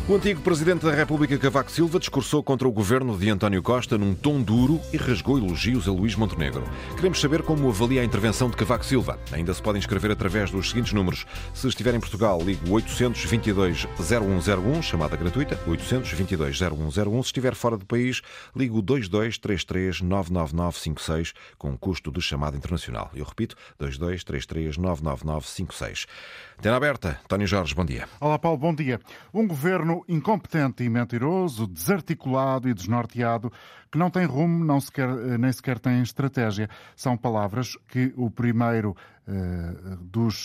O antigo Presidente da República, Cavaco Silva, discursou contra o governo de António Costa num tom duro e rasgou elogios a Luís Montenegro. Queremos saber como avalia a intervenção de Cavaco Silva. Ainda se pode inscrever através dos seguintes números. Se estiver em Portugal, ligue 822-0101, chamada gratuita, 822-0101. Se estiver fora do país, ligue o 2233-99956, com um custo de chamada internacional. Eu repito, 2233-99956. Antena aberta. António Jorge, bom dia. Olá, Paulo, bom dia. Um governo incompetente e mentiroso, desarticulado e desnorteado, que não tem rumo, nem sequer tem estratégia. São palavras que o primeiro dos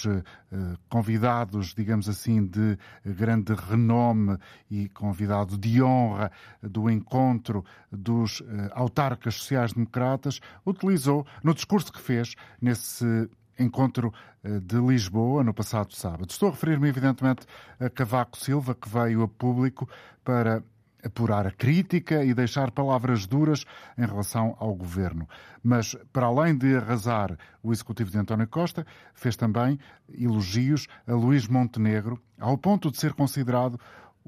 convidados, digamos assim, de grande renome e convidado de honra do encontro dos autarcas sociais-democratas, utilizou no discurso que fez nesse encontro de Lisboa, no passado sábado. Estou a referir-me, evidentemente, a Cavaco Silva, que veio a público para apurar a crítica e deixar palavras duras em relação ao governo. Mas, para além de arrasar o executivo de António Costa, fez também elogios a Luís Montenegro, ao ponto de ser considerado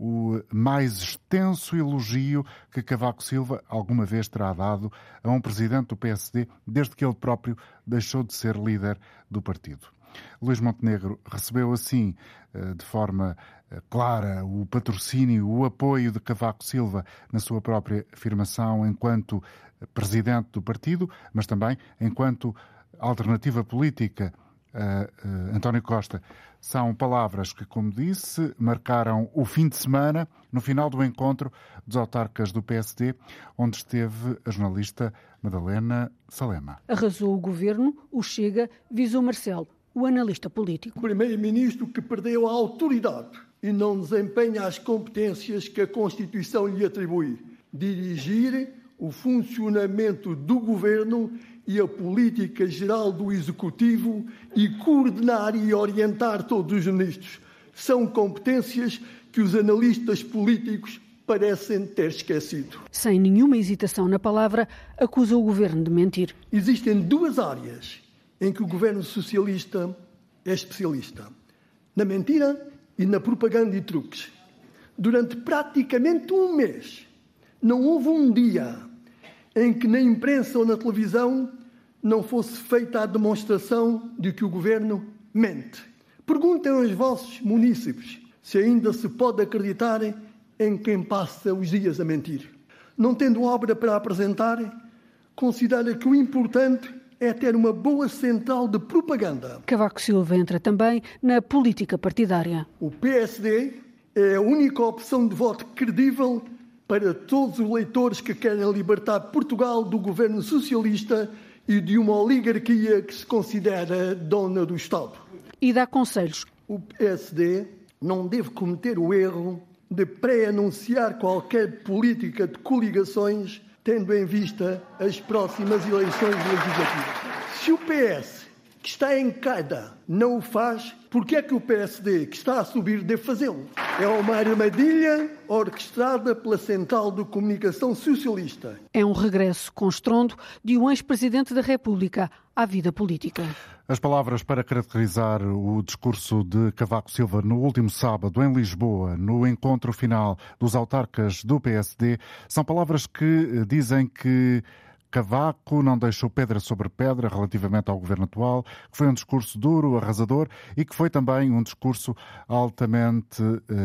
o mais extenso elogio que Cavaco Silva alguma vez terá dado a um presidente do PSD desde que ele próprio deixou de ser líder do partido. Luís Montenegro recebeu assim, de forma clara, o patrocínio, o apoio de Cavaco Silva na sua própria afirmação enquanto presidente do partido, mas também enquanto alternativa política a António Costa. São palavras que, como disse, marcaram o fim de semana, no final do encontro dos autarcas do PSD, onde esteve a jornalista Madalena Salema. Arrasou o governo, o Chega, visou Marcelo, o analista político. O primeiro-ministro que perdeu a autoridade e não desempenha as competências que a Constituição lhe atribui. Dirigir o funcionamento do governo e a política geral do Executivo e coordenar e orientar todos os ministros. São competências que os analistas políticos parecem ter esquecido. Sem nenhuma hesitação na palavra, acusa o governo de mentir. Existem duas áreas em que o governo socialista é especialista: na mentira e na propaganda e truques. Durante praticamente um mês, não houve um dia em que na imprensa ou na televisão não fosse feita a demonstração de que o governo mente. Perguntem aos vossos munícipes se ainda se pode acreditar em quem passa os dias a mentir. Não tendo obra para apresentar, considera que o importante é ter uma boa central de propaganda. Cavaco Silva entra também na política partidária. O PSD é a única opção de voto credível para todos os eleitores que querem libertar Portugal do governo socialista e de uma oligarquia que se considera dona do Estado. E dá conselhos. O PSD não deve cometer o erro de pré-anunciar qualquer política de coligações, tendo em vista as próximas eleições legislativas. Se o PS, que está em queda, não o faz, por que é que o PSD, que está a subir, deve fazê-lo? É uma armadilha orquestrada pela Central de Comunicação Socialista. É um regresso com estrondo de um ex-presidente da República à vida política. As palavras para caracterizar o discurso de Cavaco Silva no último sábado em Lisboa, no encontro final dos autarcas do PSD, são palavras que dizem que Cavaco não deixou pedra sobre pedra relativamente ao governo atual, que foi um discurso duro, arrasador e que foi também um discurso altamente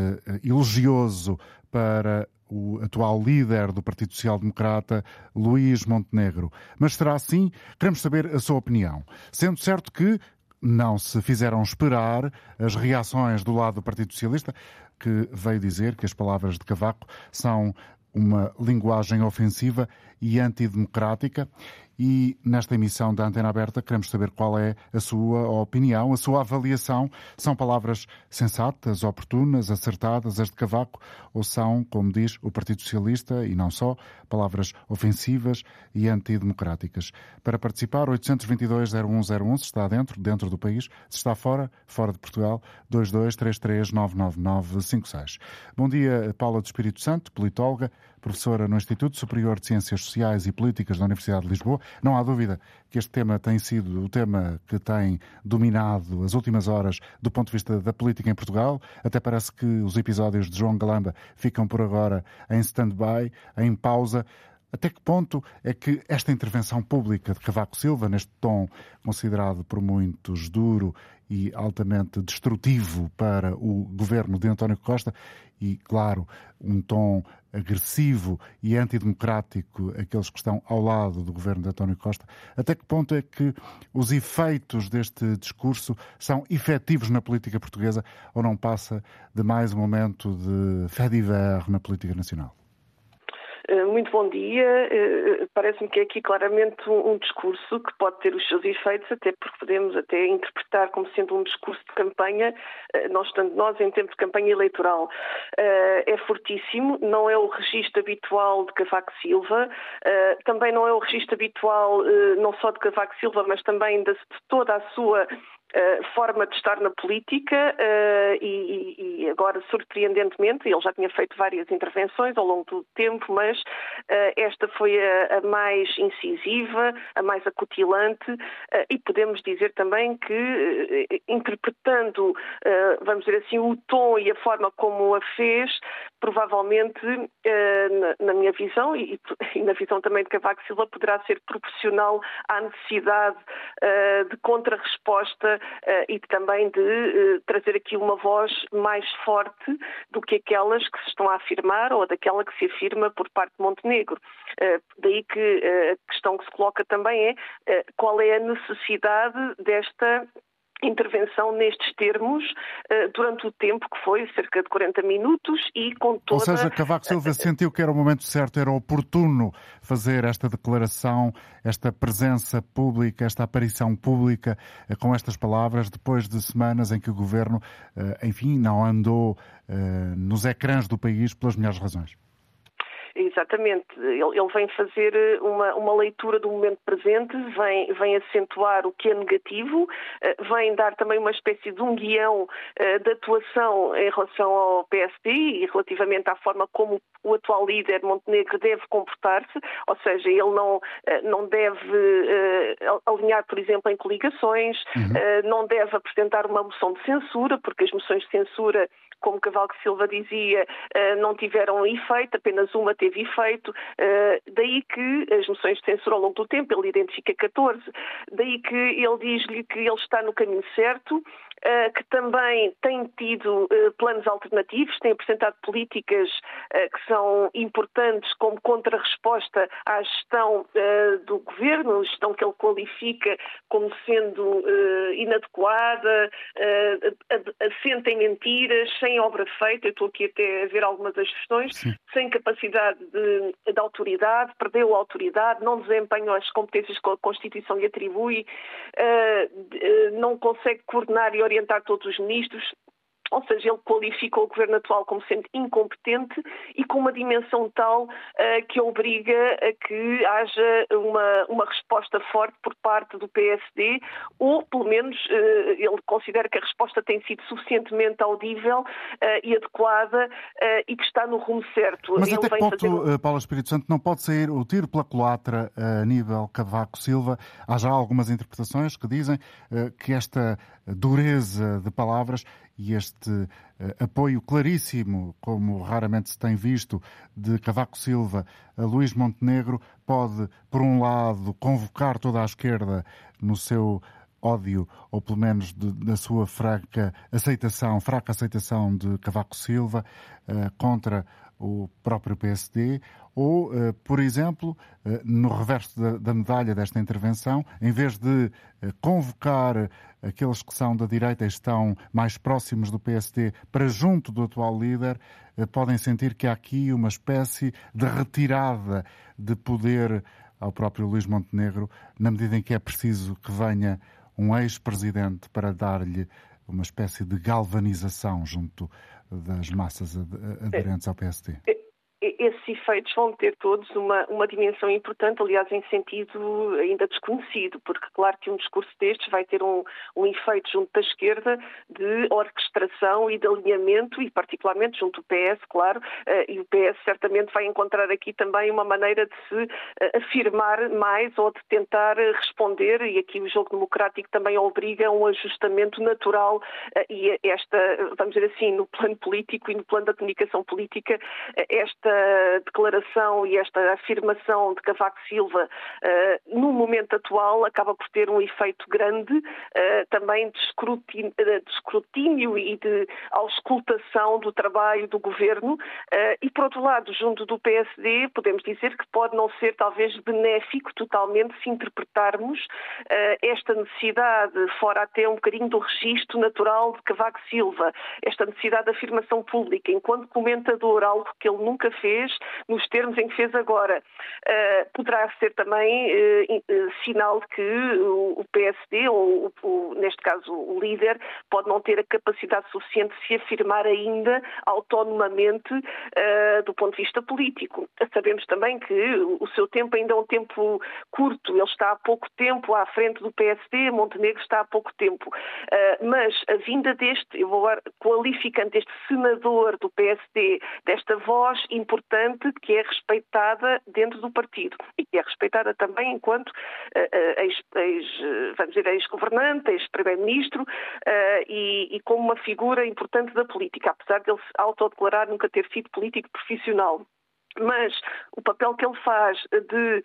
elogioso para o atual líder do Partido Social Democrata, Luís Montenegro. Mas será assim? Queremos saber a sua opinião. Sendo certo que não se fizeram esperar as reações do lado do Partido Socialista, que veio dizer que as palavras de Cavaco são uma linguagem ofensiva e antidemocrática. E nesta emissão da Antena Aberta queremos saber qual é a sua opinião, a sua avaliação. São palavras sensatas, oportunas, acertadas, as de Cavaco, ou são, como diz o Partido Socialista, e não só, palavras ofensivas e antidemocráticas? Para participar, 822-0101, se está dentro do país, se está fora de Portugal, 2233-99956. Bom dia, Paula do Espírito Santo, politóloga, professora no Instituto Superior de Ciências Sociais e Políticas da Universidade de Lisboa. Não há dúvida que este tema tem sido o tema que tem dominado as últimas horas do ponto de vista da política em Portugal. Até parece que os episódios de João Galamba ficam por agora em stand-by, em pausa. Até que ponto é que esta intervenção pública de Cavaco Silva, neste tom considerado por muitos duro e altamente destrutivo para o governo de António Costa, e, claro, um tom agressivo e antidemocrático aqueles que estão ao lado do governo de António Costa, até que ponto é que os efeitos deste discurso são efetivos na política portuguesa ou não passa de mais um momento de fait divers na política nacional? Muito bom dia. Parece-me que é aqui claramente um discurso que pode ter os seus efeitos, até porque podemos até interpretar como sendo um discurso de campanha, nós em tempo de campanha eleitoral. É fortíssimo, não é o registro habitual de Cavaco Silva, também não é o registro habitual não só de Cavaco Silva, mas também de toda a sua forma de estar na política e agora, surpreendentemente, ele já tinha feito várias intervenções ao longo do tempo, mas esta foi a mais incisiva, a mais acutilante e podemos dizer também que, interpretando, vamos dizer assim, o tom e a forma como a fez, provavelmente, na minha visão e na visão também de Cavaco Silva, poderá ser proporcional à necessidade de contra-resposta e também de trazer aqui uma voz mais forte do que aquelas que se estão a afirmar ou daquela que se afirma por parte de Montenegro. Daí que a questão que se coloca também é qual é a necessidade desta intervenção nestes termos durante o tempo que foi, cerca de 40 minutos e com toda... Ou seja, Cavaco Silva sentiu que era o momento certo, era oportuno fazer esta declaração, esta presença pública, esta aparição pública com estas palavras, depois de semanas em que o Governo, enfim, não andou nos ecrãs do país pelas melhores razões. Exatamente. Ele vem fazer uma leitura do momento presente, vem acentuar o que é negativo, vem dar também uma espécie de um guião de atuação em relação ao PSD e relativamente à forma como o atual líder Montenegro deve comportar-se, ou seja, ele não deve alinhar, por exemplo, em coligações, não deve apresentar uma moção de censura, porque as moções de censura, como Cavaco Silva dizia, não tiveram efeito, apenas uma teve efeito, daí que as moções de censura ao longo do tempo, ele identifica 14, daí que ele diz-lhe que ele está no caminho certo, que também tem tido planos alternativos, tem apresentado políticas que são importantes como contra-resposta à gestão do governo, gestão que ele qualifica como sendo inadequada, assenta em mentiras, sem obra feita. Eu estou aqui até a ver algumas das questões, sem capacidade de autoridade, perdeu a autoridade, não desempenha as competências que a Constituição lhe atribui, não consegue coordenar e orientar todos os ministros. Ou seja, ele qualifica o governo atual como sendo incompetente e com uma dimensão tal que obriga a que haja uma resposta forte por parte do PSD, ou pelo menos ele considera que a resposta tem sido suficientemente audível e adequada e que está no rumo certo. Mas até que ponto, Paula Espírito Santo, não pode sair o tiro pela culatra a nível Cavaco Silva? Há já algumas interpretações que dizem que esta dureza de palavras e este apoio claríssimo, como raramente se tem visto, de Cavaco Silva a Luís Montenegro pode, por um lado, convocar toda a esquerda no seu ódio, ou pelo menos da sua fraca aceitação de Cavaco Silva contra o próprio PSD, ou, por exemplo, no reverso da medalha desta intervenção, em vez de convocar aqueles que são da direita e estão mais próximos do PSD para junto do atual líder, podem sentir que há aqui uma espécie de retirada de poder ao próprio Luís Montenegro, na medida em que é preciso que venha um ex-presidente para dar-lhe uma espécie de galvanização junto das massas aderentes ao PSD. esses efeitos vão ter todos uma dimensão importante, aliás, em sentido ainda desconhecido, porque claro que um discurso destes vai ter um efeito junto da esquerda de orquestração e de alinhamento, e particularmente junto do PS, claro, e o PS certamente vai encontrar aqui também uma maneira de se afirmar mais ou de tentar responder, e aqui o jogo democrático também obriga a um ajustamento natural, e esta, vamos dizer assim, no plano político e no plano da comunicação política, esta declaração e esta afirmação de Cavaco Silva no momento atual acaba por ter um efeito grande também de escrutínio e de auscultação do trabalho do governo, e por outro lado, junto do PSD, podemos dizer que pode não ser talvez benéfico totalmente se interpretarmos esta necessidade, fora até um bocadinho do registro natural de Cavaco Silva, esta necessidade de afirmação pública enquanto comentador, algo que ele nunca fez nos termos em que fez agora, poderá ser também sinal de que o PSD, ou neste caso o líder, pode não ter a capacidade suficiente de se afirmar ainda autonomamente do ponto de vista político. Sabemos também que o seu tempo ainda é um tempo curto, ele está há pouco tempo à frente do PSD, Montenegro está há pouco tempo, mas a vinda deste, eu vou qualificando este senador do PSD, desta voz importante que é respeitada dentro do partido e que é respeitada também enquanto ex-governante, ex-primeiro-ministro e como uma figura importante da política, apesar de ele se autodeclarar nunca ter sido político profissional. Mas o papel que ele faz de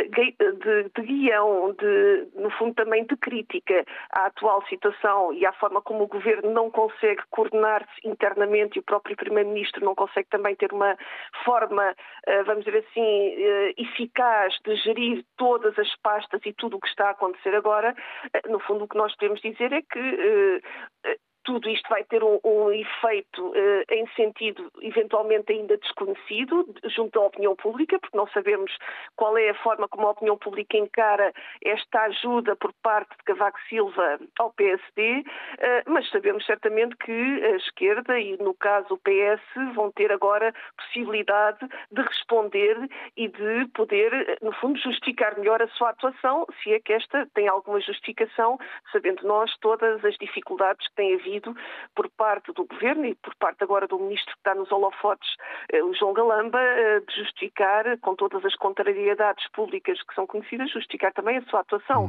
guião, no fundo também de crítica à atual situação e à forma como o governo não consegue coordenar-se internamente e o próprio primeiro-ministro não consegue também ter uma forma, vamos dizer assim, eficaz de gerir todas as pastas e tudo o que está a acontecer agora, no fundo o que nós podemos dizer é que tudo isto vai ter um efeito em sentido eventualmente ainda desconhecido junto à opinião pública, porque não sabemos qual é a forma como a opinião pública encara esta ajuda por parte de Cavaco Silva ao PSD, mas sabemos certamente que a esquerda e, no caso, o PS vão ter agora possibilidade de responder e de poder, no fundo, justificar melhor a sua atuação, se é que esta tem alguma justificação, sabendo nós todas as dificuldades que tem havido por parte do Governo e por parte agora do Ministro que está nos holofotes, o João Galamba, de justificar, com todas as contrariedades públicas que são conhecidas, justificar também a sua atuação.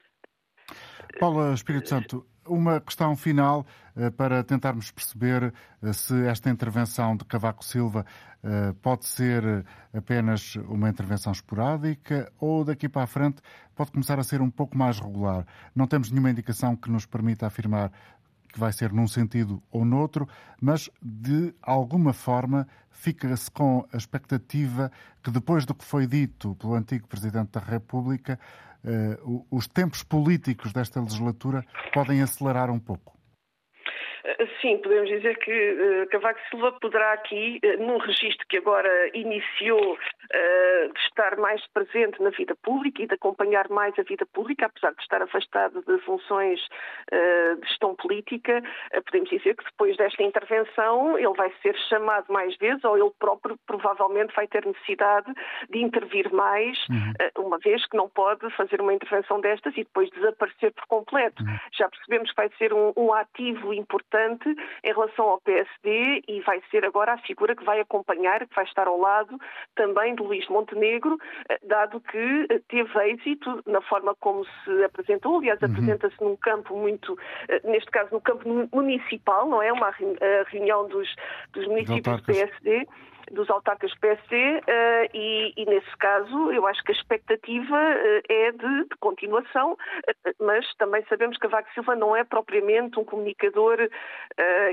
Paula Espírito Santo, uma questão final para tentarmos perceber se esta intervenção de Cavaco Silva pode ser apenas uma intervenção esporádica ou daqui para a frente pode começar a ser um pouco mais regular. Não temos nenhuma indicação que nos permita afirmar que vai ser num sentido ou noutro, mas de alguma forma fica-se com a expectativa que depois do que foi dito pelo antigo Presidente da República, os tempos políticos desta legislatura podem acelerar um pouco. Sim, podemos dizer que Cavaco Silva poderá aqui, num registro que agora iniciou, de estar mais presente na vida pública e de acompanhar mais a vida pública, apesar de estar afastado de funções de gestão política, podemos dizer que depois desta intervenção ele vai ser chamado mais vezes ou ele próprio provavelmente vai ter necessidade de intervir mais, uma vez que não pode fazer uma intervenção destas e depois desaparecer por completo. Já percebemos que vai ser um ativo importante em relação ao PSD e vai ser agora a figura que vai acompanhar, que vai estar ao lado também de Luís Montenegro, dado que teve êxito na forma como se apresentou, aliás, apresenta-se num campo muito, neste caso no campo municipal, não é? Uma reunião dos municípios do PSD, dos autarcas do PSD, e nesse caso eu acho que a expectativa é de continuação, mas também sabemos que Cavaco Silva não é propriamente um comunicador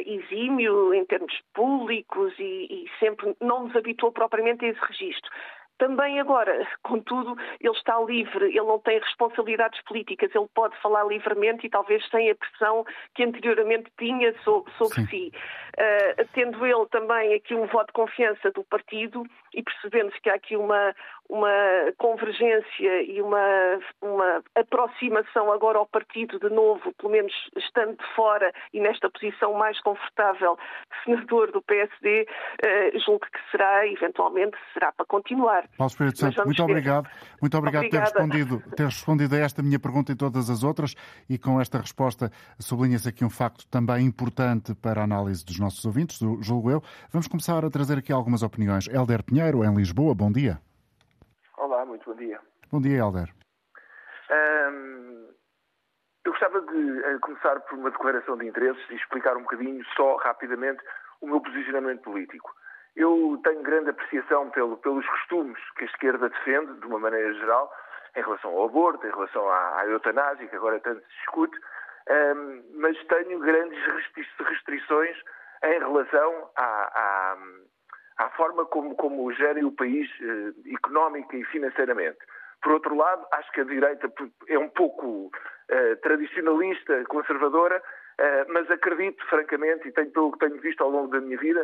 exímio em termos públicos e sempre não nos habituou propriamente a esse registro. Também agora, contudo, ele está livre, ele não tem responsabilidades políticas, ele pode falar livremente e talvez sem a pressão que anteriormente tinha sobre si. Tendo ele também aqui um voto de confiança do partido e percebendo-se que há aqui uma convergência e uma aproximação agora ao partido de novo, pelo menos estando de fora e nesta posição mais confortável de senador do PSD, julgo que eventualmente será para continuar. Paulo Espírito Santo, muito obrigado. Muito obrigado por ter respondido a esta minha pergunta e todas as outras, e com esta resposta sublinha-se aqui um facto também importante para a análise dos nossos ouvintes, julgo eu. Vamos começar a trazer aqui algumas opiniões. Hélder Pinheiro, em Lisboa, bom dia. Olá, muito bom dia. Bom dia, Hélder. Eu gostava de começar por uma declaração de interesses e explicar um bocadinho, só rapidamente, o meu posicionamento político. Eu tenho grande apreciação pelos costumes que a esquerda defende, de uma maneira geral, em relação ao aborto, em relação à eutanásia, que agora tanto se discute, mas tenho grandes restrições em relação à forma como gerem o país económica e financeiramente. Por outro lado, acho que a direita é um pouco tradicionalista, conservadora, mas acredito, francamente, e pelo que tenho visto ao longo da minha vida,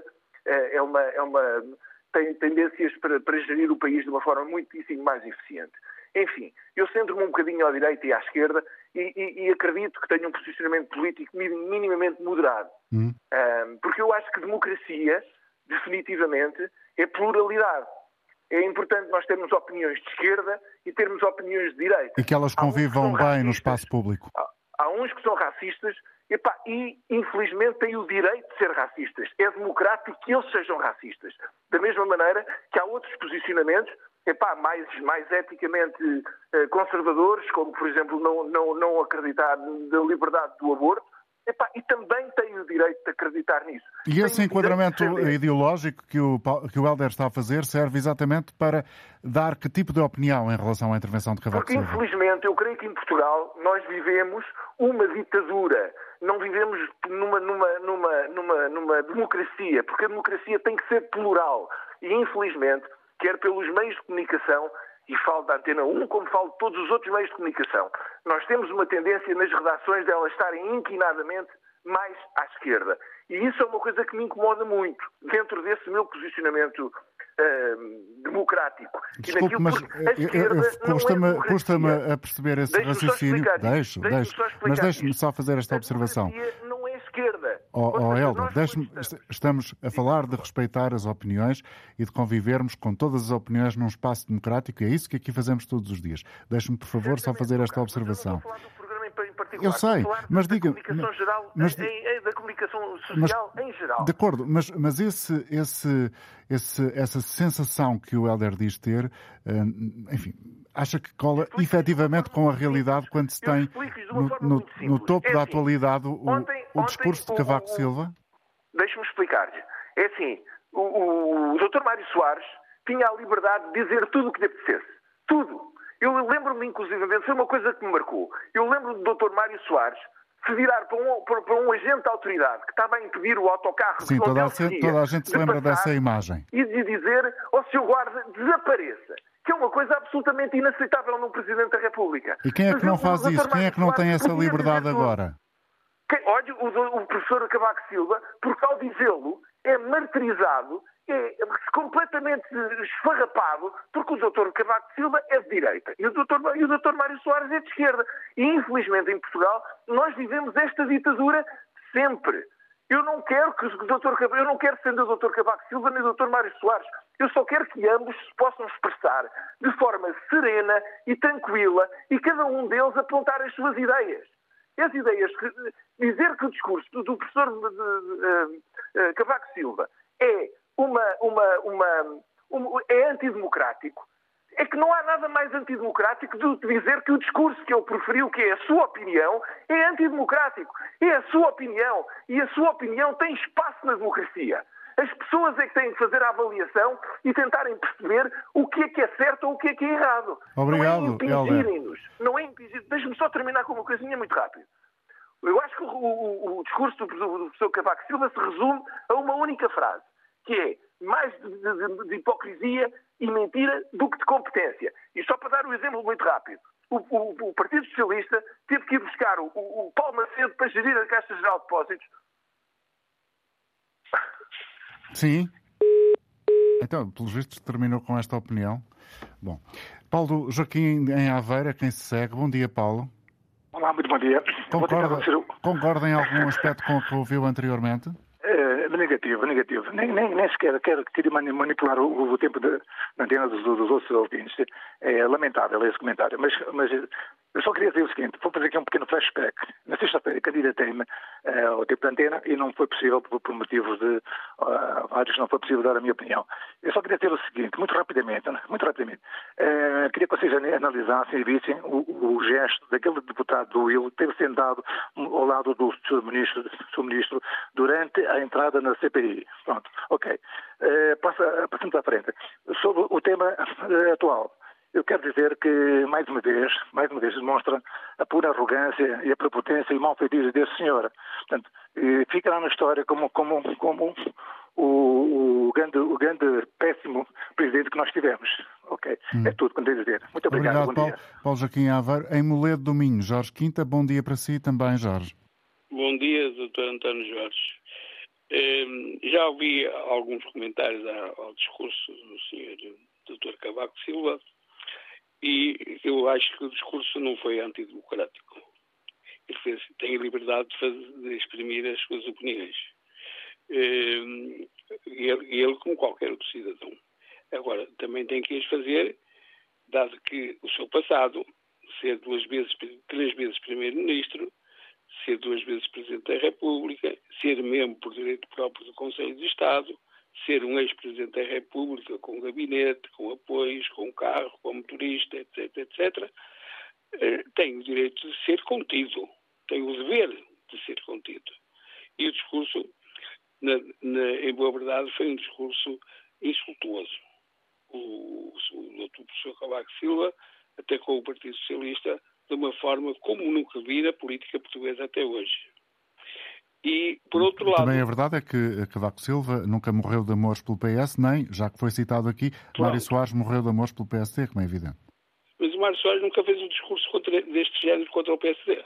tem tendências para gerir o país de uma forma muitíssimo mais eficiente. Enfim, eu centro-me um bocadinho à direita e à esquerda e acredito que tenho um posicionamento político minimamente moderado. Porque eu acho que democracia, definitivamente, é pluralidade. É importante nós termos opiniões de esquerda e termos opiniões de direita. E que elas convivam bem no espaço público. Há uns que são racistas e, infelizmente, têm o direito de ser racistas. É democrático que eles sejam racistas. Da mesma maneira que há outros posicionamentos mais eticamente conservadores, como, por exemplo, não acreditar na liberdade do aborto, e também têm o direito de acreditar nisso. E esse enquadramento ideológico que o Hélder está a fazer serve exatamente para dar que tipo de opinião em relação à intervenção de Cavaco Silva? Porque, infelizmente, eu creio que em Portugal nós vivemos uma ditadura. Não vivemos numa democracia, porque a democracia tem que ser plural. E, infelizmente, quer pelos meios de comunicação, e falo da Antena 1 como falo de todos os outros meios de comunicação, nós temos uma tendência nas redações de elas estarem inquinadamente mais à esquerda. E isso é uma coisa que me incomoda muito, dentro desse meu posicionamento democrático. Desculpe, mas custa-me a perceber esse raciocínio. Mas deixe-me só fazer esta observação. Não é esquerda. Hélder, estamos a falar de respeitar as opiniões e de convivermos com todas as opiniões num espaço democrático, e é isso que aqui fazemos todos os dias. Deixe-me, por favor, só fazer esta observação. Eu sei, mas diga... Da comunicação geral, da comunicação social em geral. De acordo, mas essa sensação que o Hélder diz ter, enfim, acha que cola efetivamente com a realidade quando se tem no topo da atualidade o discurso de Cavaco Silva? Deixe-me explicar-lhe. É assim, o Dr. Mário Soares tinha a liberdade de dizer tudo o que lhe apetecesse. Tudo. Eu lembro-me, inclusivamente, foi uma coisa que me marcou. Eu lembro do Dr. Mário Soares se virar para um agente de autoridade que estava a impedir o autocarro... Sim, toda a gente se lembra dessa imagem. E de dizer ao Sr. Guarda, desapareça. Que é uma coisa absolutamente inaceitável num Presidente da República. E quem é que não faz isso? Quem é que não tem essa liberdade agora? Olha, o professor Cavaco Silva, porque ao dizê-lo, é martirizado, é completamente esfarrapado, porque o Dr. Cavaco Silva é de direita e o Dr. Mário Soares é de esquerda. E, infelizmente, em Portugal, nós vivemos esta ditadura sempre. Eu não quero ser o Dr. Cavaco Silva nem o Dr. Mário Soares. Eu só quero que ambos se possam expressar de forma serena e tranquila e cada um deles apontar as suas ideias. As ideias, dizer que o discurso do professor Cavaco Silva é é antidemocrático, é que não há nada mais antidemocrático do que dizer que o discurso que ele preferiu, que é a sua opinião, é antidemocrático. É a sua opinião. E a sua opinião tem espaço na democracia. As pessoas é que têm que fazer a avaliação e tentarem perceber o que é certo ou o que é errado. Obrigado, não é impingirem-nos. Não é impingir. Deixe-me só terminar com uma coisinha muito rápida. Eu acho que o discurso do professor Cavaco Silva se resume a uma única frase, que é: mais de hipocrisia e mentira do que de competência. E só para dar um exemplo muito rápido. O Partido Socialista teve que ir buscar o Paulo Macedo para gerir a Caixa Geral de Depósitos. Sim. Então, pelos vistos, terminou com esta opinião. Bom, Paulo Joaquim em Aveiro, quem se segue. Bom dia, Paulo. Olá, muito bom dia. Concorda em algum aspecto com o que ouviu anteriormente? Negativo. Nem sequer quero manipular o tempo da antena dos outros ouvintes. É lamentável esse comentário. Mas eu só queria dizer o seguinte, vou fazer aqui um pequeno flashback. Na sexta-feira candidatei-me ao tempo da antena e não foi possível, por motivos de vários, não foi possível dar a minha opinião. Eu só queria dizer o seguinte, muito rapidamente. Queria que vocês analisassem e vissem o gesto daquele deputado do Will ter sentado ao lado do seu ministro durante a entrada na CPI. Pronto, ok. Passamos à frente. Sobre o tema atual, eu quero dizer que, mais uma vez, demonstra a pura arrogância e a prepotência e malfeitiço desse senhor. Portanto, ficará na história como o grande péssimo presidente que nós tivemos. Ok, é tudo que eu tenho a dizer. Muito obrigado. Bom dia. Paulo Joaquim Aveiro, em Moledo do Minho. Jorge Quinta, bom dia para si também, Jorge. Bom dia, Dr. António Jorge. Já ouvi alguns comentários ao discurso do Sr. Dr. Cavaco Silva e eu acho que o discurso não foi antidemocrático. Ele tem a liberdade de exprimir as suas opiniões. Ele como qualquer outro cidadão. Agora, também tem que as fazer, dado que o seu passado, ser 3 vezes Primeiro-Ministro, ser 2 vezes Presidente da República, ser membro por direito próprio do Conselho de Estado, ser um ex-Presidente da República com gabinete, com apoios, com carro, com motorista, etc., tem o direito de ser contido, tem o dever de ser contido. E o discurso, em boa verdade, foi um discurso insultuoso. O Dr. Professor Cavaco Silva atacou o Partido Socialista de uma forma como nunca vi na política portuguesa até hoje. E, por outro lado... Também a verdade é que Cavaco Silva nunca morreu de amores pelo PS, nem, já que foi citado aqui, claro. Mário Soares morreu de amores pelo PSD, como é evidente. Mas o Mário Soares nunca fez um discurso deste género contra o PSD.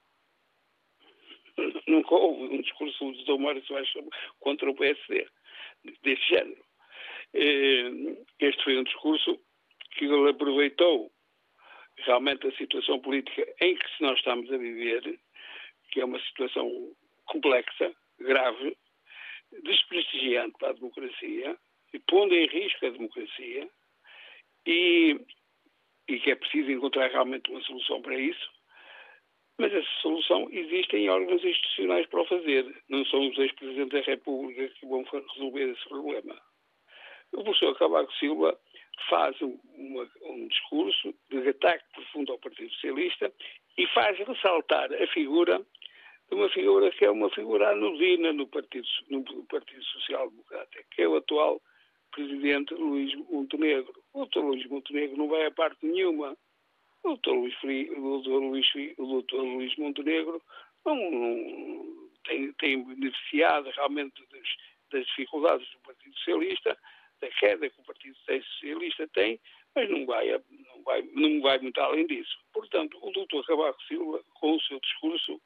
Nunca houve um discurso do Mário Soares contra o PSD deste género. Este foi um discurso que ele aproveitou realmente a situação política em que nós estamos a viver, que é uma situação complexa, grave, desprestigiante para a democracia, e pondo em risco a democracia, e que é preciso encontrar realmente uma solução para isso, mas essa solução existe em órgãos institucionais para o fazer. Não são os ex-presidentes da República que vão resolver esse problema. O professor Cavaco Silva faz um discurso de ataque profundo ao Partido Socialista e faz ressaltar a figura de uma figura que é uma figura anodina no Partido Social Democrático, que é o atual presidente Luís Montenegro. O Dr. Luís Montenegro não vai a parte nenhuma. O Dr. Luís Montenegro não tem beneficiado realmente das dificuldades do Partido Socialista, da queda que o Partido Socialista tem, mas não vai muito além disso. Portanto, o Dr. Cavaco Silva, com o seu discurso,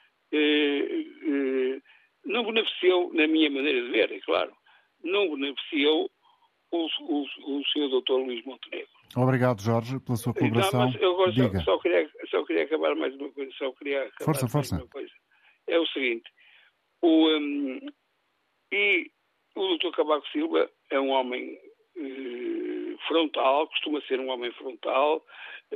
não beneficiou, na minha maneira de ver, é claro, não beneficiou o Sr. Dr. Luís Montenegro. Obrigado, Jorge, pela sua colaboração. Não, mas eu agora só queria acabar mais uma coisa. Força. Uma coisa. É o seguinte, o Dr. Cavaco Silva é um homem frontal, costuma ser um homem frontal,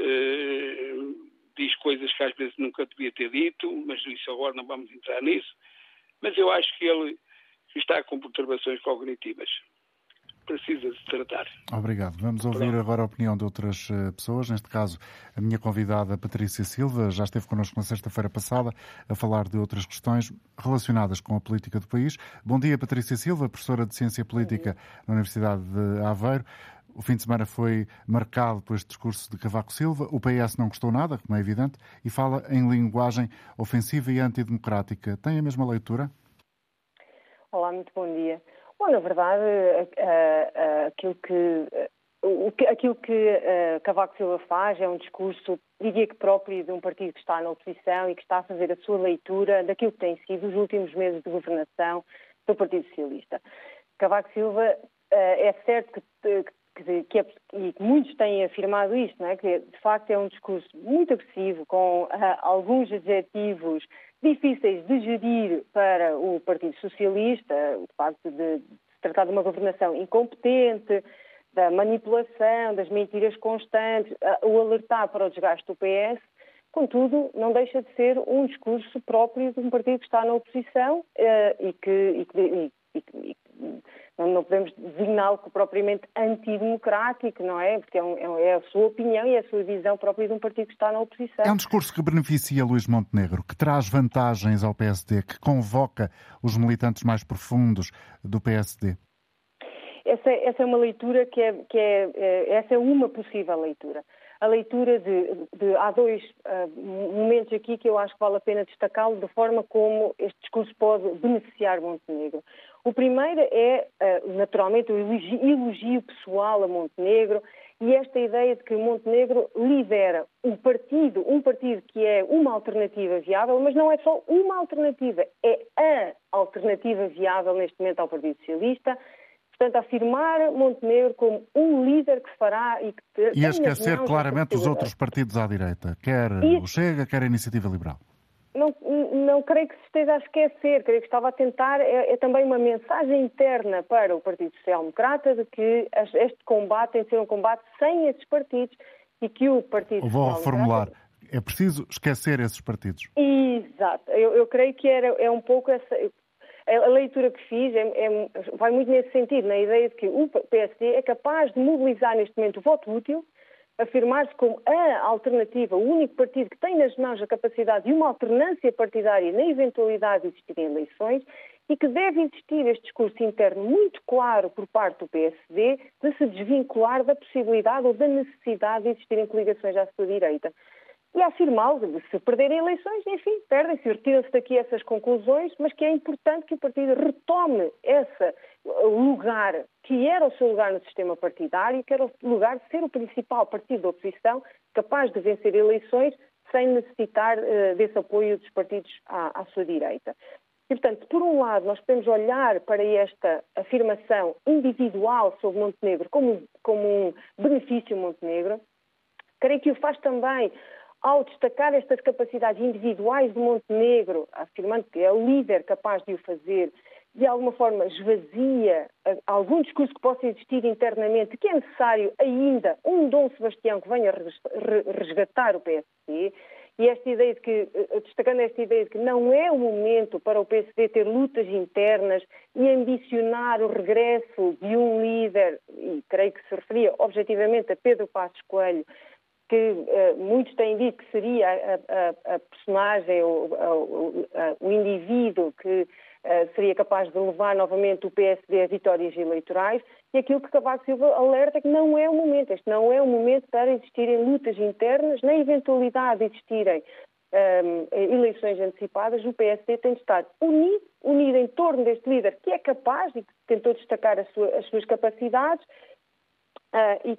diz coisas que às vezes nunca devia ter dito, mas isso agora não vamos entrar nisso. Mas eu acho que ele está com perturbações cognitivas. Precisa de tratar. Obrigado. Vamos ouvir agora a opinião de outras pessoas. Neste caso, a minha convidada Patrícia Silva já esteve connosco na sexta-feira passada a falar de outras questões relacionadas com a política do país. Bom dia, Patrícia Silva, professora de Ciência Política na Universidade de Aveiro. O fim de semana foi marcado por este discurso de Cavaco Silva. O PS não gostou nada, como é evidente, e fala em linguagem ofensiva e antidemocrática. Tem a mesma leitura? Olá, muito bom dia. Bom, na verdade, aquilo que Cavaco Silva faz é um discurso, diria que próprio de um partido que está na oposição e que está a fazer a sua leitura daquilo que tem sido os últimos meses de governação do Partido Socialista. Cavaco Silva, é certo e muitos têm afirmado isto, não é? Que de facto é um discurso muito agressivo, com alguns adjetivos difíceis de gerir para o Partido Socialista, o facto de se tratar de uma governação incompetente, da manipulação, das mentiras constantes, o alertar para o desgaste do PS. Contudo, não deixa de ser um discurso próprio de um partido que está na oposição e que não podemos designá-lo propriamente antidemocrático, não é? Porque é a sua opinião e a sua visão própria de um partido que está na oposição. É um discurso que beneficia Luís Montenegro, que traz vantagens ao PSD, que convoca os militantes mais profundos do PSD. Essa é uma leitura essa é uma possível leitura. A leitura há dois momentos aqui que eu acho que vale a pena destacá-lo da forma como este discurso pode beneficiar Montenegro. O primeiro é, naturalmente, o elogio pessoal a Montenegro e esta ideia de que Montenegro lidera um partido que é uma alternativa viável, mas não é só uma alternativa, é a alternativa viável neste momento ao Partido Socialista. Portanto, afirmar Montenegro como um líder que fará e que... E a esquecer claramente os outros partidos à direita, quer o Chega, quer a Iniciativa Liberal. Não creio que se esteja a esquecer, creio que estava a tentar, é também uma mensagem interna para o Partido Social Democrata de que este combate tem de ser um combate sem esses partidos e que o Partido Vou reformular, é preciso esquecer esses partidos. Exato, eu creio que é um pouco essa... A leitura que fiz vai muito nesse sentido, na ideia de que o PSD é capaz de mobilizar neste momento o voto útil, afirmar-se como a alternativa, o único partido que tem nas mãos a capacidade de uma alternância partidária na eventualidade de existirem eleições e que deve existir este discurso interno muito claro por parte do PSD de se desvincular da possibilidade ou da necessidade de existirem coligações à sua direita. E afirmá-lo, se perderem eleições, enfim, perdem-se, retiram-se daqui essas conclusões, mas que é importante que o partido retome esse lugar, que era o seu lugar no sistema partidário, que era o lugar de ser o principal partido da oposição, capaz de vencer eleições sem necessitar desse apoio dos partidos à sua direita. E, portanto, por um lado, nós podemos olhar para esta afirmação individual sobre Montenegro como um benefício Montenegro. Creio que o faz também ao destacar estas capacidades individuais de Montenegro, afirmando que é o líder capaz de o fazer, de alguma forma esvazia algum discurso que possa existir internamente, que é necessário ainda um Dom Sebastião que venha resgatar o PSD, e esta ideia de que, destacando esta ideia de que não é o momento para o PSD ter lutas internas e ambicionar o regresso de um líder, e creio que se referia objetivamente a Pedro Passos Coelho, que muitos têm dito que seria a personagem, o indivíduo que seria capaz de levar novamente o PSD a vitórias eleitorais, e aquilo que Cavaco Silva alerta é que não é o momento. Este não é o momento para existirem lutas internas, na eventualidade de existirem eleições antecipadas. O PSD tem de estar unido em torno deste líder que é capaz e que tentou destacar as suas capacidades, e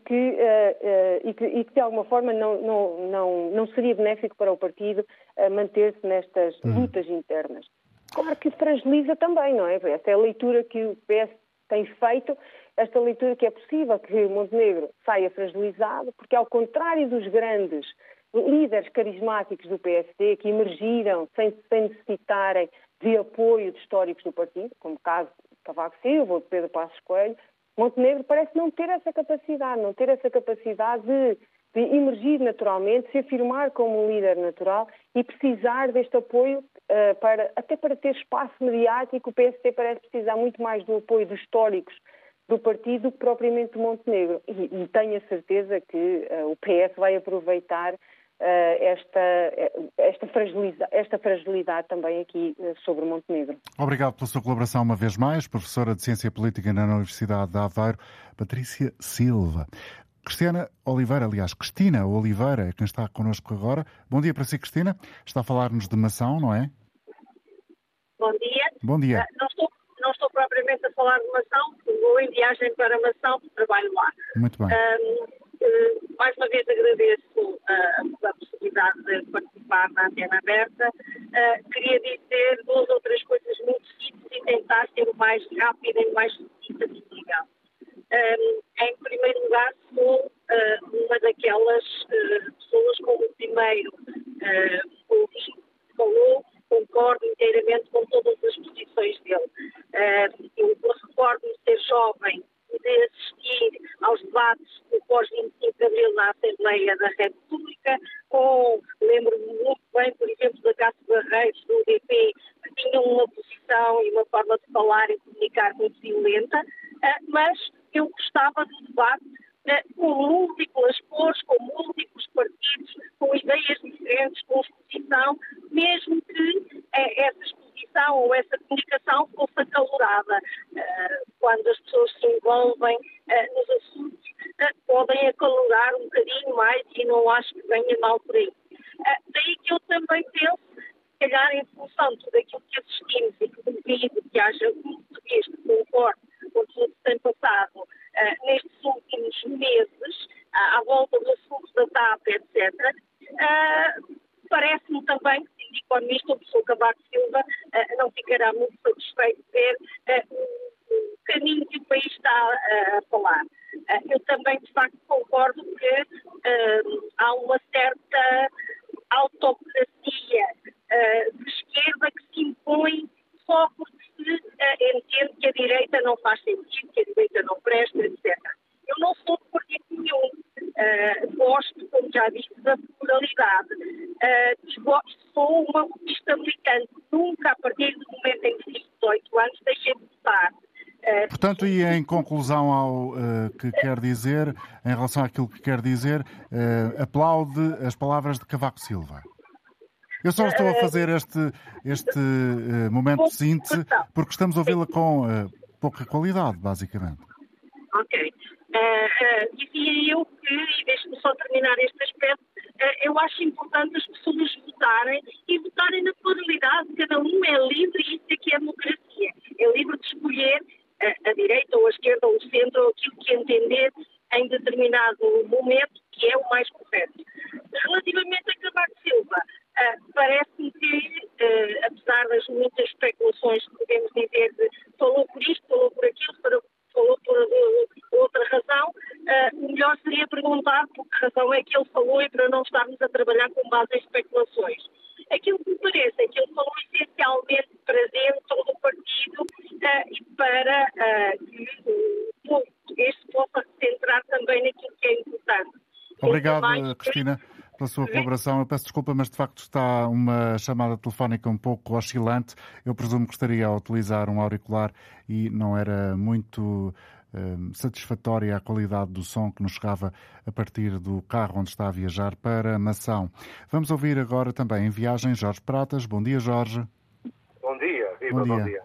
que de alguma forma não seria benéfico para o partido manter-se nestas lutas internas. Claro que fragiliza também, não é? Essa é a leitura que o PS tem feito, esta leitura que é possível que Montenegro saia fragilizado, porque ao contrário dos grandes líderes carismáticos do PSD que emergiram sem necessitarem de apoio de históricos do partido, como o caso de Cavaco Silva ou de Pedro Passos Coelho, Montenegro parece não ter essa capacidade de emergir naturalmente, se afirmar como um líder natural e precisar deste apoio até para ter espaço mediático. O PSD parece precisar muito mais do apoio dos históricos do partido do que propriamente de Montenegro. E tenho a certeza que o PS vai aproveitar esta fragilidade também aqui sobre Montenegro. Obrigado pela sua colaboração uma vez mais, professora de Ciência Política na Universidade de Aveiro, Patrícia Silva. Cristina Oliveira, é quem está connosco agora. Bom dia para si, Cristina. Está a falar-nos de mação, não é? Bom dia. Bom dia. Não estou propriamente precisamente a falar de Mação, porque vou em viagem para Mação, porque trabalho lá. Muito bem. Mais uma vez agradeço a possibilidade de participar na Antena Aberta. Queria dizer 2 ou 3 coisas muito simples e tentar ser o mais rápida e o mais sucinta possível. Em primeiro lugar, sou uma daquelas pessoas como o primeiro ouvinte falou, concordo inteiramente com todas as posições dele. Eu recordo-me de ser jovem e de assistir aos debates do pós-25 de Abril na Assembleia da República, lembro-me muito bem, por exemplo, da Cássio Barreiros, do UDP, que tinham uma posição e uma forma de falar e comunicar muito violenta, mas eu gostava do debate com múltiplas cores, com múltiplos partidos, com ideias diferentes, com exposição, mesmo que essa exposição ou essa comunicação fosse acalorada. Quando as pessoas se envolvem nos assuntos, podem acalorar um bocadinho mais e não acho que venha mal por aí. Daí que eu também penso, se calhar em função de tudo aquilo que assistimos e que duvido que haja um português que concorde com tudo que tem passado nestes últimos meses, à volta do assunto da TAP, etc., parece-me também que o economista, o professor Cavaco Silva, não ficará muito satisfeito de ver o caminho que o país está a falar. Eu também, de facto, concordo que há uma certa autocracia de esquerda que se impõe só porque se entende que a direita não faz sentido, que a direita não presta, etc. Eu não sou de partido nenhum. Gosto, como já disse, da pluralidade. Sou uma populista militante. Nunca, a partir do momento em que fiz 18 anos, deixei de votar. Portanto, e em conclusão ao que quer dizer, em relação àquilo que quer dizer, aplaude as palavras de Cavaco Silva. Eu só estou a fazer este momento de síntese porque estamos a ouvi-la com pouca qualidade, basicamente. Ok. Dizia eu que, e deixe-me só terminar este aspecto, eu acho importante as pessoas votarem e votarem na pluralidade. Cada um é livre e isso é que é democracia. É livre de escolher a direita ou a esquerda ou o centro ou aquilo que entender em determinado momento que é o mais correto. Relativamente a Cavaco Silva, parece-me que, apesar das muitas especulações que podemos dizer de falou por isto, falou por aquilo, falou por outra razão, o melhor seria perguntar por que razão é que ele falou e para não estarmos a trabalhar com base em especulações. Aquilo que me parece é que ele falou essencialmente para dentro do partido e para que o povo português se possa centrar também naquilo que é importante. Obrigado, Cristina, pela sua colaboração. Eu peço desculpa, mas de facto está uma chamada telefónica um pouco oscilante. Eu presumo que estaria a utilizar um auricular e não era muito satisfatória a qualidade do som que nos chegava a partir do carro onde está a viajar para Mação. Vamos ouvir agora também em viagem Jorge Pratas. Bom dia, Jorge. Bom dia, viva, bom dia.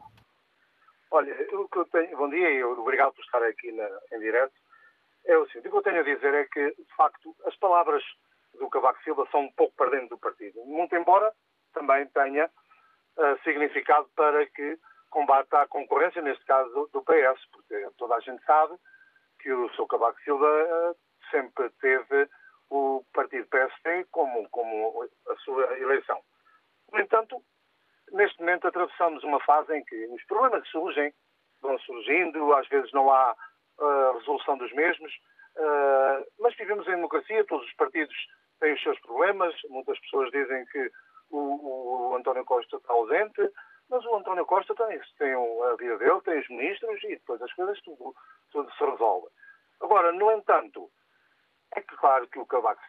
Olha, o que eu tenho, bom dia e obrigado por estar aqui em direto. É o seguinte, o que eu tenho a dizer é que, de facto, as palavras do Cavaco Silva são um pouco para dentro do partido. Muito embora também tenha significado para que combata a concorrência, neste caso do PS, porque toda a gente sabe que o Sr. Cavaco Silva sempre teve o partido PSD como a sua eleição. No entanto, neste momento atravessamos uma fase em que os problemas surgem, vão surgindo, às vezes não há resolução dos mesmos, mas vivemos em democracia, todos os partidos têm os seus problemas, muitas pessoas dizem que o António Costa está ausente, mas o António Costa tem a vida dele, tem os ministros e depois as coisas tudo se resolve. Agora, no entanto, é que claro que o Sr. Cavaco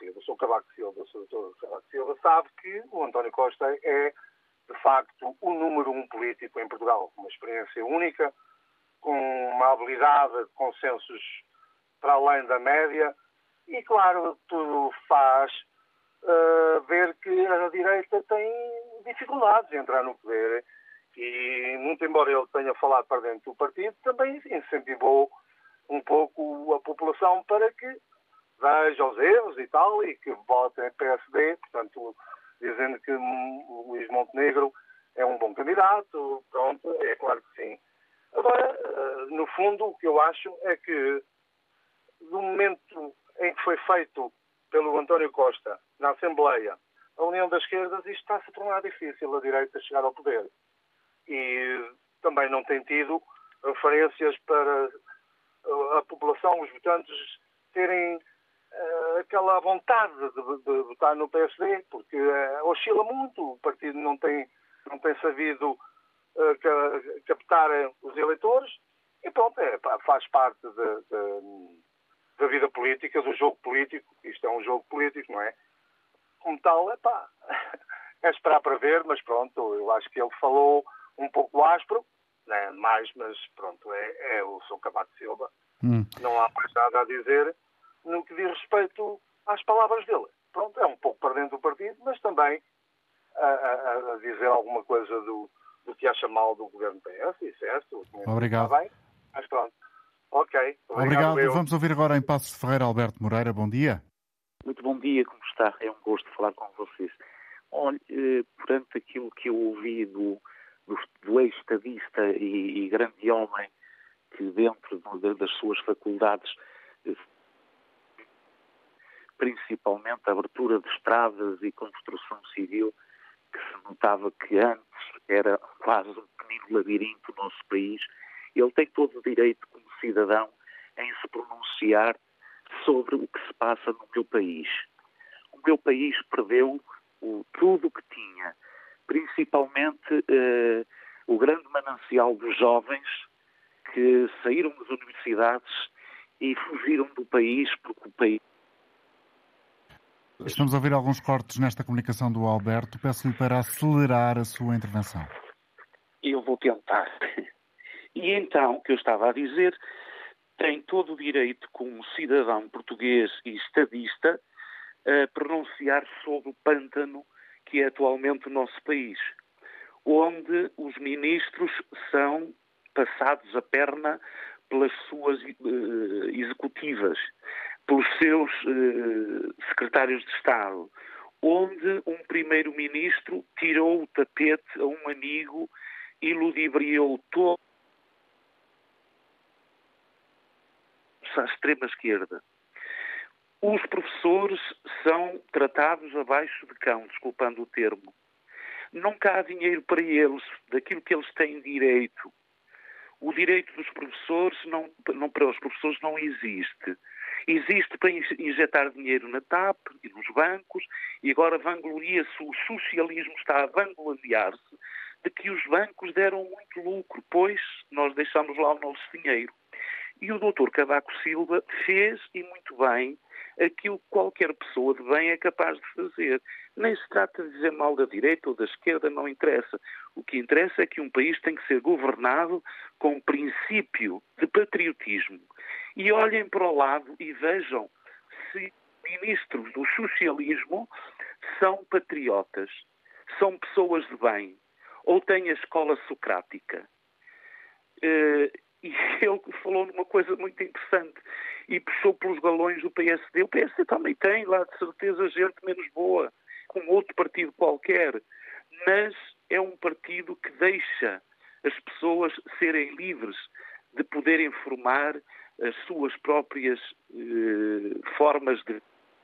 Silva sabe que o António Costa é, de facto, o número 1 político em Portugal, com uma experiência única, com uma habilidade de consensos para além da média e, claro, tudo faz ver que a direita tem dificuldades em entrar no poder e, muito embora ele tenha falado para dentro do partido, também incentivou um pouco a população para que veja os erros e tal e que votem PSD, portanto, dizendo que o Luís Montenegro é um bom candidato, pronto, é claro que sim. Agora, no fundo, o que eu acho é que, do momento em que foi feito pelo António Costa, na Assembleia, a União das Esquerdas, isto está-se a tornar difícil a direita chegar ao poder. E também não tem tido referências para a população, os votantes, terem aquela vontade de votar no PSD, porque oscila muito, o partido não tem sabido captar os eleitores, e pronto, faz parte da vida política, do jogo político. Isto é um jogo político, não é? Como tal, é esperar para ver, mas pronto, eu acho que ele falou um pouco áspero, né, mas pronto, é o Sr. Cavaco Silva. Não há mais nada a dizer no que diz respeito às palavras dele. Pronto, é um pouco para dentro do partido, mas também a dizer alguma coisa do que acha mal do governo PS, isso é certo. Obrigado. Está bem, mas pronto. Ok. Obrigado. Vamos ouvir agora em Passos de Ferreira Alberto Moreira. Bom dia. Muito bom dia, como está? É um gosto falar com vocês. Olha, perante aquilo que eu ouvi do ex-estadista e grande homem que dentro das suas faculdades, principalmente a abertura de estradas e construção civil, que se notava que antes era quase um pequenino labirinto no nosso país, ele tem todo o direito como cidadão em se pronunciar sobre o que se passa no meu país. O meu país perdeu tudo o que tinha, principalmente o grande manancial dos jovens que saíram das universidades e fugiram do país porque o país... Estamos a ouvir alguns cortes nesta comunicação do Alberto. Peço-lhe para acelerar a sua intervenção. Eu vou tentar. E então, o que eu estava a dizer, tem todo o direito, como cidadão português e estadista, a pronunciar sobre o pântano que é atualmente o nosso país, onde os ministros são passados a perna pelas suas executivas, pelos seus secretários de Estado, onde um primeiro-ministro tirou o tapete a um amigo e ludibriou todo à extrema-esquerda. Os professores são tratados abaixo de cão, desculpando o termo. Nunca há dinheiro para eles, daquilo que eles têm direito. O direito dos professores para os professores não existe. Existe para injetar dinheiro na TAP e nos bancos, e agora vangloria-se, o socialismo está a vangloriar-se de que os bancos deram muito lucro, pois nós deixamos lá o nosso dinheiro. E o Dr. Cavaco Silva fez, e muito bem, aquilo que qualquer pessoa de bem é capaz de fazer. Nem se trata de dizer mal da direita ou da esquerda, não interessa. O que interessa é que um país tem que ser governado com princípio de patriotismo. E olhem para o lado e vejam se ministros do socialismo são patriotas, são pessoas de bem, ou têm a escola socrática. E ele falou numa coisa muito interessante e puxou pelos galões do PSD. O PSD também tem lá, de certeza, gente menos boa, como outro partido qualquer, mas é um partido que deixa as pessoas serem livres de poderem formar as suas próprias formas de...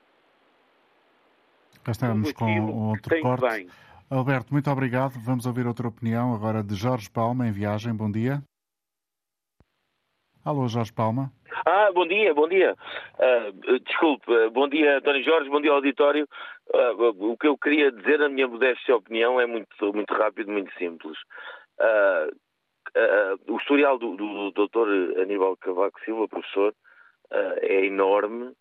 Já estamos com outro corte. Bem. Alberto, muito obrigado. Vamos ouvir outra opinião agora de Jorge Palma, em viagem. Bom dia. Alô, Jorge Palma. Bom dia. Desculpe, bom dia, António Jorge, bom dia ao auditório. O que eu queria dizer, na minha modesta opinião, é muito, muito rápido, muito simples. O historial do Dr. Aníbal Cavaco Silva, professor, é enorme,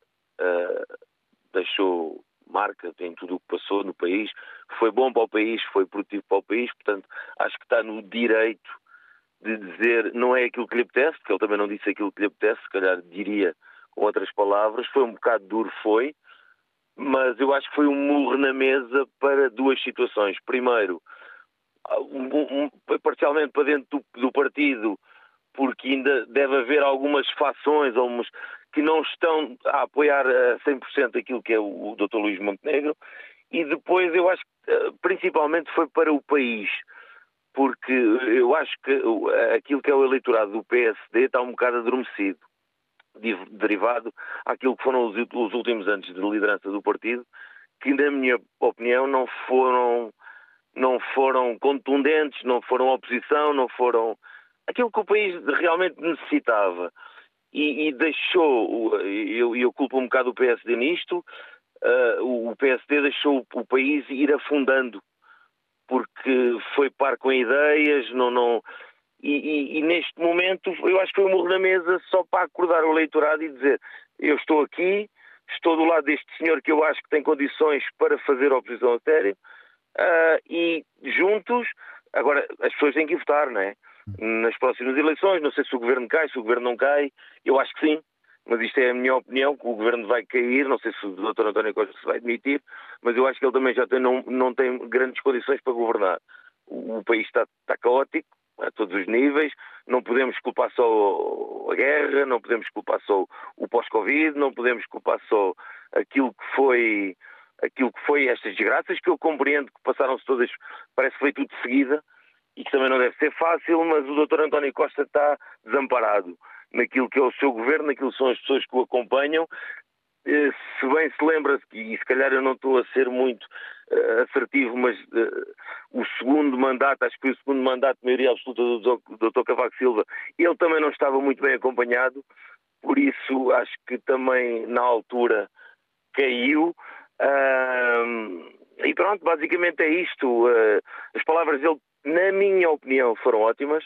deixou marca em tudo o que passou no país, foi bom para o país, foi produtivo para o país, portanto, acho que está no direito de dizer, não é aquilo que lhe apetece, porque ele também não disse aquilo que lhe apetece, se calhar diria com outras palavras, foi um bocado duro, mas eu acho que foi um murro na mesa para duas situações. Primeiro, parcialmente para dentro do partido, porque ainda deve haver algumas fações que não estão a apoiar a 100% aquilo que é o Dr. Luís Montenegro, e depois eu acho que principalmente foi para o país, porque eu acho que aquilo que é o eleitorado do PSD está um bocado adormecido, derivado àquilo que foram os últimos anos de liderança do partido, que, na minha opinião, não foram contundentes, não foram oposição, não foram aquilo que o país realmente necessitava. E deixou, eu culpo um bocado o PSD nisto, o PSD deixou o país ir afundando, porque foi par com ideias, e neste momento eu acho que foi um murro na mesa só para acordar o eleitorado e dizer: eu estou aqui, estou do lado deste senhor que eu acho que tem condições para fazer oposição a sério, e juntos, agora as pessoas têm que votar, não é? Nas próximas eleições, não sei se o governo cai, se o governo não cai, eu acho que sim, mas isto é a minha opinião, que o governo vai cair, não sei se o Dr. António Costa se vai demitir, mas eu acho que ele também não tem grandes condições para governar. O país está caótico, a todos os níveis, não podemos culpar só a guerra, não podemos culpar só o pós-Covid, não podemos culpar só aquilo que foi estas desgraças, que eu compreendo que passaram-se todas, parece que foi tudo de seguida, e que também não deve ser fácil, mas o Dr. António Costa está desamparado naquilo que é o seu governo, naquilo que são as pessoas que o acompanham. Se bem se lembra, e se calhar eu não estou a ser muito assertivo, mas o segundo mandato, acho que foi o segundo mandato de maioria absoluta do Dr. Cavaco Silva, ele também não estava muito bem acompanhado, por isso acho que também na altura caiu. E pronto, basicamente é isto. As palavras dele, na minha opinião, foram ótimas.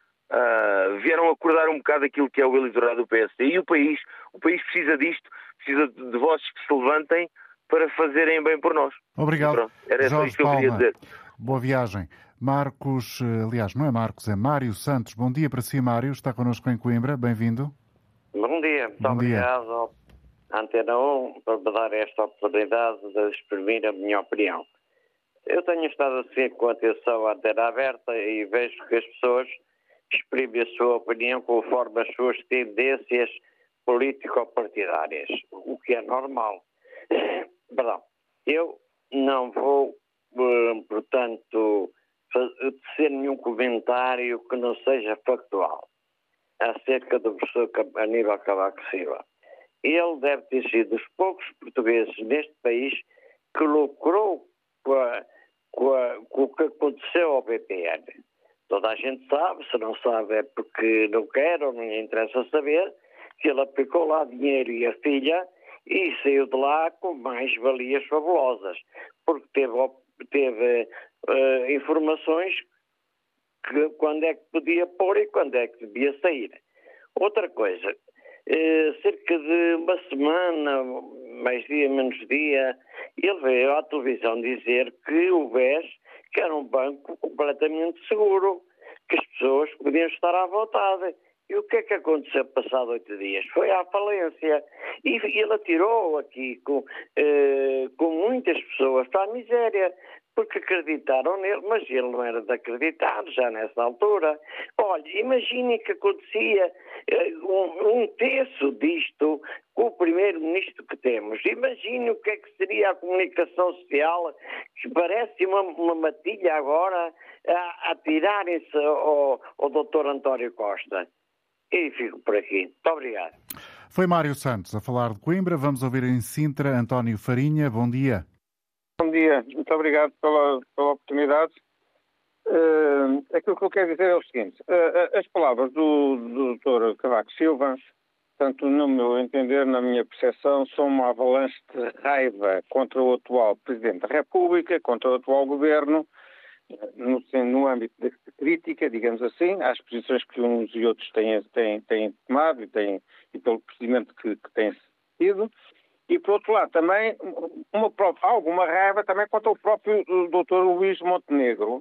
Vieram acordar um bocado aquilo que é o eleitorado do PSD. E o país precisa disto, precisa de vozes que se levantem para fazerem bem por nós. Obrigado. Pronto, era só isto que eu queria dizer. Boa viagem. Marcos, aliás, não é Marcos, é Mário Santos. Bom dia para si, Mário. Está connosco em Coimbra. Bem-vindo. Bom dia. Muito obrigado à Antena 1 por me dar esta oportunidade de exprimir a minha opinião. Eu tenho estado a seguir com atenção a Antena Aberta e vejo que as pessoas exprimem a sua opinião conforme as suas tendências político-partidárias, o que é normal. Perdão. Eu não vou, portanto, tecer nenhum comentário que não seja factual acerca do professor Aníbal Cavaco Silva. Ele deve ter sido dos poucos portugueses neste país que lucrou com o que aconteceu ao BPN. Toda a gente sabe, se não sabe é porque não quer ou não lhe interessa saber, que ele aplicou lá dinheiro e a filha e saiu de lá com mais valias fabulosas, porque teve informações que quando é que podia pôr e quando é que devia sair. Outra coisa, cerca de uma semana, mais dia, menos dia, ele veio à televisão dizer que o BES, que era um banco completamente seguro, que as pessoas podiam estar à vontade. E o que é que aconteceu passado 8 dias? Foi à falência. E ele atirou aqui com muitas pessoas para a miséria, porque acreditaram nele, mas ele não era de acreditar já nessa altura. Olha, imagine que acontecia um terço disto com o primeiro-ministro que temos. Imagine o que é que seria a comunicação social, que parece uma matilha agora a tirarem-se ao Dr. António Costa. E fico por aqui. Muito obrigado. Foi Mário Santos a falar de Coimbra. Vamos ouvir em Sintra António Farinha. Bom dia. Bom dia. Muito obrigado pela oportunidade. Aquilo que eu quero dizer é o seguinte. As palavras do Dr. Cavaco Silva, tanto no meu entender, na minha percepção, são uma avalanche de raiva contra o atual Presidente da República, contra o atual Governo, no âmbito da crítica, digamos assim, às posições que uns e outros têm tomado e pelo procedimento que têm tido. E, por outro lado, também alguma raiva também contra o próprio Dr. Luís Montenegro,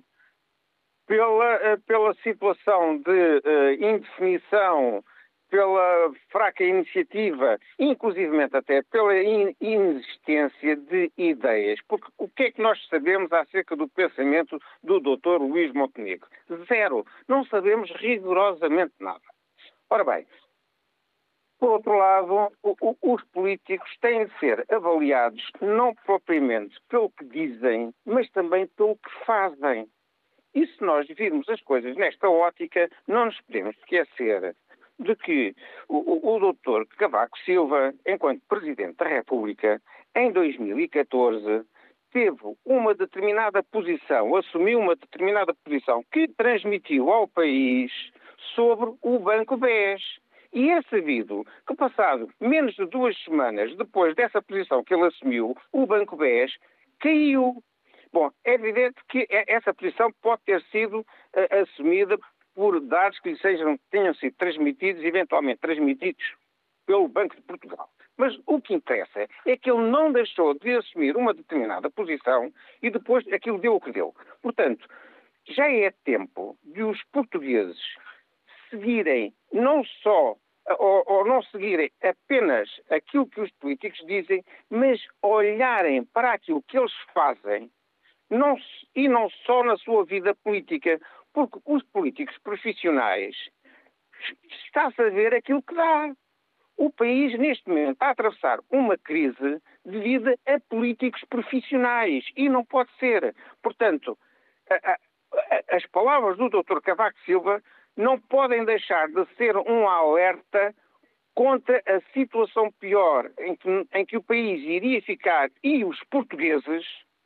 pela situação de indefinição, pela fraca iniciativa, inclusivamente até pela inexistência de ideias. Porque o que é que nós sabemos acerca do pensamento do Dr. Luís Montenegro? Zero. Não sabemos rigorosamente nada. Ora bem, por outro lado, os políticos têm de ser avaliados não propriamente pelo que dizem, mas também pelo que fazem. E se nós virmos as coisas nesta ótica, não nos podemos esquecer de que o Dr. Cavaco Silva, enquanto Presidente da República, em 2014, teve uma determinada posição, assumiu uma determinada posição que transmitiu ao país sobre o Banco BES. E é sabido que, passado menos de 2 semanas depois dessa posição que ele assumiu, o Banco BES caiu. Bom, é evidente que essa posição pode ter sido assumida por dados que tenham sido transmitidos, eventualmente transmitidos pelo Banco de Portugal. Mas o que interessa é que ele não deixou de assumir uma determinada posição e depois aquilo deu o que deu. Portanto, já é tempo de os portugueses seguirem não só ou não seguirem apenas aquilo que os políticos dizem, mas olharem para aquilo que eles fazem e não só na sua vida política, porque os políticos profissionais está-se a ver aquilo que dá. O país, neste momento, está a atravessar uma crise devido a políticos profissionais e não pode ser. Portanto, as palavras do Dr. Cavaco Silva não podem deixar de ser um alerta contra a situação pior em que o país iria ficar e os portugueses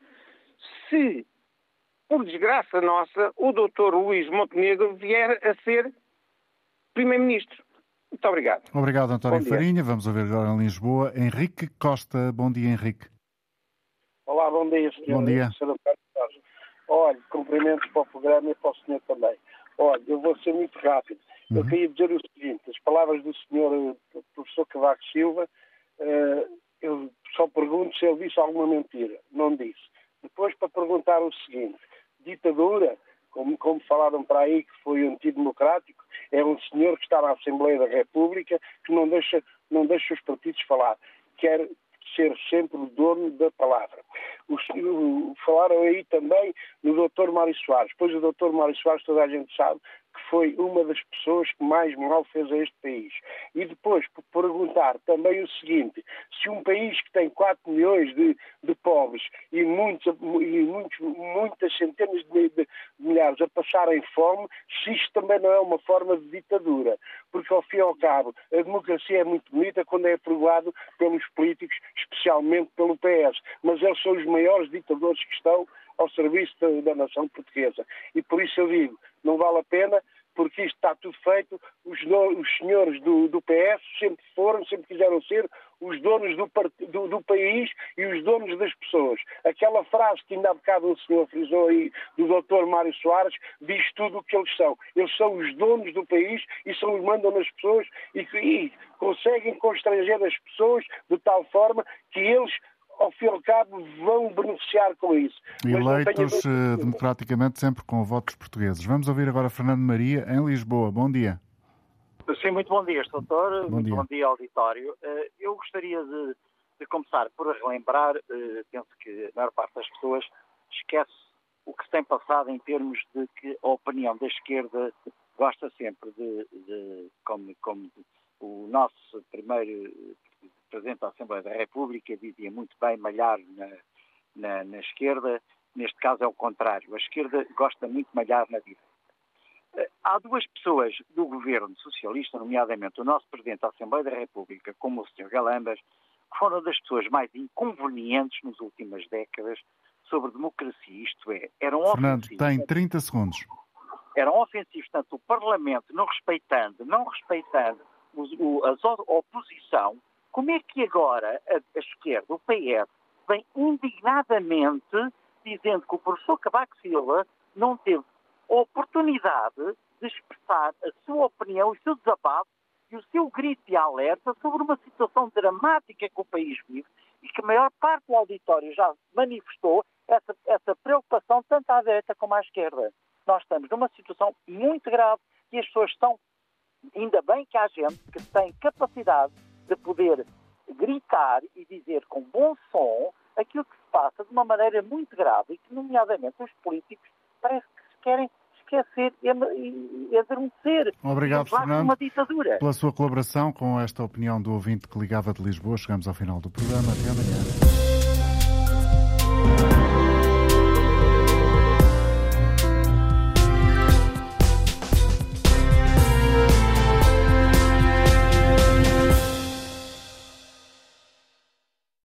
se, por desgraça nossa, o Dr. Luís Montenegro vier a ser Primeiro-Ministro. Muito obrigado. Obrigado, António Farinha. Vamos ouvir agora em Lisboa Henrique Costa. Bom dia, Henrique. Olá, bom dia, senhor. Bom dia. Olha, cumprimentos para o programa e para o senhor também. Olha, eu vou ser muito rápido. Eu queria dizer o seguinte, as palavras do senhor professor Cavaco Silva, eu só pergunto se ele disse alguma mentira. Não disse. Depois, para perguntar o seguinte, ditadura, como falaram para aí que foi antidemocrático, é um senhor que está na Assembleia da República que não deixa os partidos falar. Quer ser sempre o dono da palavra. Falaram aí também no Dr. Mário Soares. Pois o Dr. Mário Soares, toda a gente sabe que foi uma das pessoas que mais mal fez a este país. E depois, por perguntar também o seguinte, se um país que tem 4 milhões de pobres e muitas centenas de milhares a passarem fome, se isto também não é uma forma de ditadura. Porque, ao fim e ao cabo, a democracia é muito bonita quando é aprovado pelos políticos, especialmente pelo PS. Mas eles são os maiores ditadores que estão ao serviço da nação portuguesa. E por isso eu digo, não vale a pena, porque isto está tudo feito. Os senhores do PS sempre foram, sempre quiseram ser os donos do país e os donos das pessoas. Aquela frase que ainda há bocado o senhor frisou aí do Dr. Mário Soares diz tudo o que eles são. Eles são os donos do país e são os mandam nas pessoas e conseguem constranger as pessoas de tal forma que eles, ao fim e ao cabo, vão beneficiar com isso. Eleitos democraticamente sempre com votos portugueses. Vamos ouvir agora Fernando Maria, em Lisboa. Bom dia. Sim, muito bom dia, doutor. Bom dia, auditório. Eu gostaria de começar por relembrar, penso que a maior parte das pessoas esquece o que se tem passado em termos de que a opinião da esquerda gosta sempre como o nosso primeiro Presidente da Assembleia da República dizia muito bem, malhar na esquerda. Neste caso é o contrário. A esquerda gosta muito de malhar na direita. Há 2 pessoas do governo socialista, nomeadamente o nosso Presidente da Assembleia da República, como o Sr. Galambas, que foram das pessoas mais inconvenientes nas últimas décadas sobre democracia, isto é, eram Fernando, ofensivos. tem 30 segundos. Eram ofensivos, tanto o Parlamento não respeitando a oposição. Como é que agora a esquerda, o PS, vem indignadamente dizendo que o professor Cavaco Silva não teve oportunidade de expressar a sua opinião, o seu desabafo e o seu grito de alerta sobre uma situação dramática que o país vive e que a maior parte do auditório já manifestou essa preocupação tanto à direita como à esquerda. Nós estamos numa situação muito grave e as pessoas estão, ainda bem que há gente que tem capacidade de poder gritar e dizer com bom som aquilo que se passa de uma maneira muito grave e que, nomeadamente, os políticos parece que se querem esquecer e adormecer. Obrigado, Fernando, uma ditadura. pela sua colaboração com esta opinião do ouvinte que ligava de Lisboa. Chegamos ao final do programa. Até amanhã.